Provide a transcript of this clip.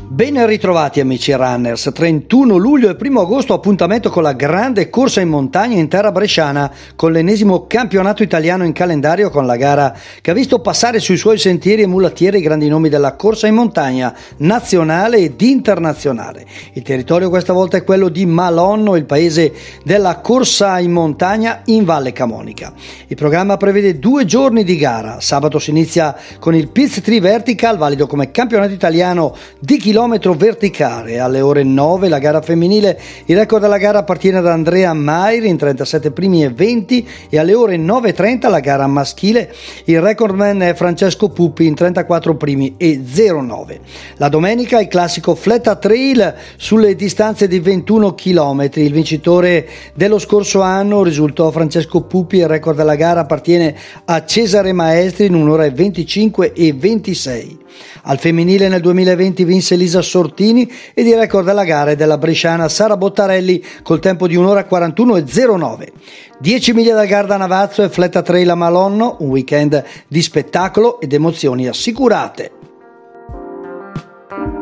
Ben ritrovati amici runners, 31 luglio e 1 agosto appuntamento con la grande corsa in montagna in terra bresciana con l'ennesimo campionato italiano in calendario, con la gara che ha visto passare sui suoi sentieri e mulattiere i grandi nomi della corsa in montagna nazionale ed internazionale. Il territorio questa volta è quello di Malonno, il paese della corsa in montagna in Valle Camonica. Il programma prevede 2 giorni di gara. Sabato si inizia con il Piz Tri Vertical, valido come campionato italiano di chilometro verticale. Alle ore 9 la gara femminile, il record della gara appartiene ad Andrea Mairi in 37 primi e 20, e alle ore 9:30 la gara maschile, il recordman è Francesco Puppi in 34 primi e 09. La domenica il classico Fletta Trail sulle distanze di 21 km. Il vincitore dello scorso anno risultò Francesco Puppi, il record della gara appartiene a Cesare Maestri in 1 ora e 25 e 26. Al femminile nel 2020 vinse Elisa Sortini ed il record della gara è della bresciana Sara Bottarelli col tempo di 1 ora 41 e 09. 10 miglia dal Garda Navazzo e Fletta Trail a Malonno, un weekend di spettacolo ed emozioni assicurate.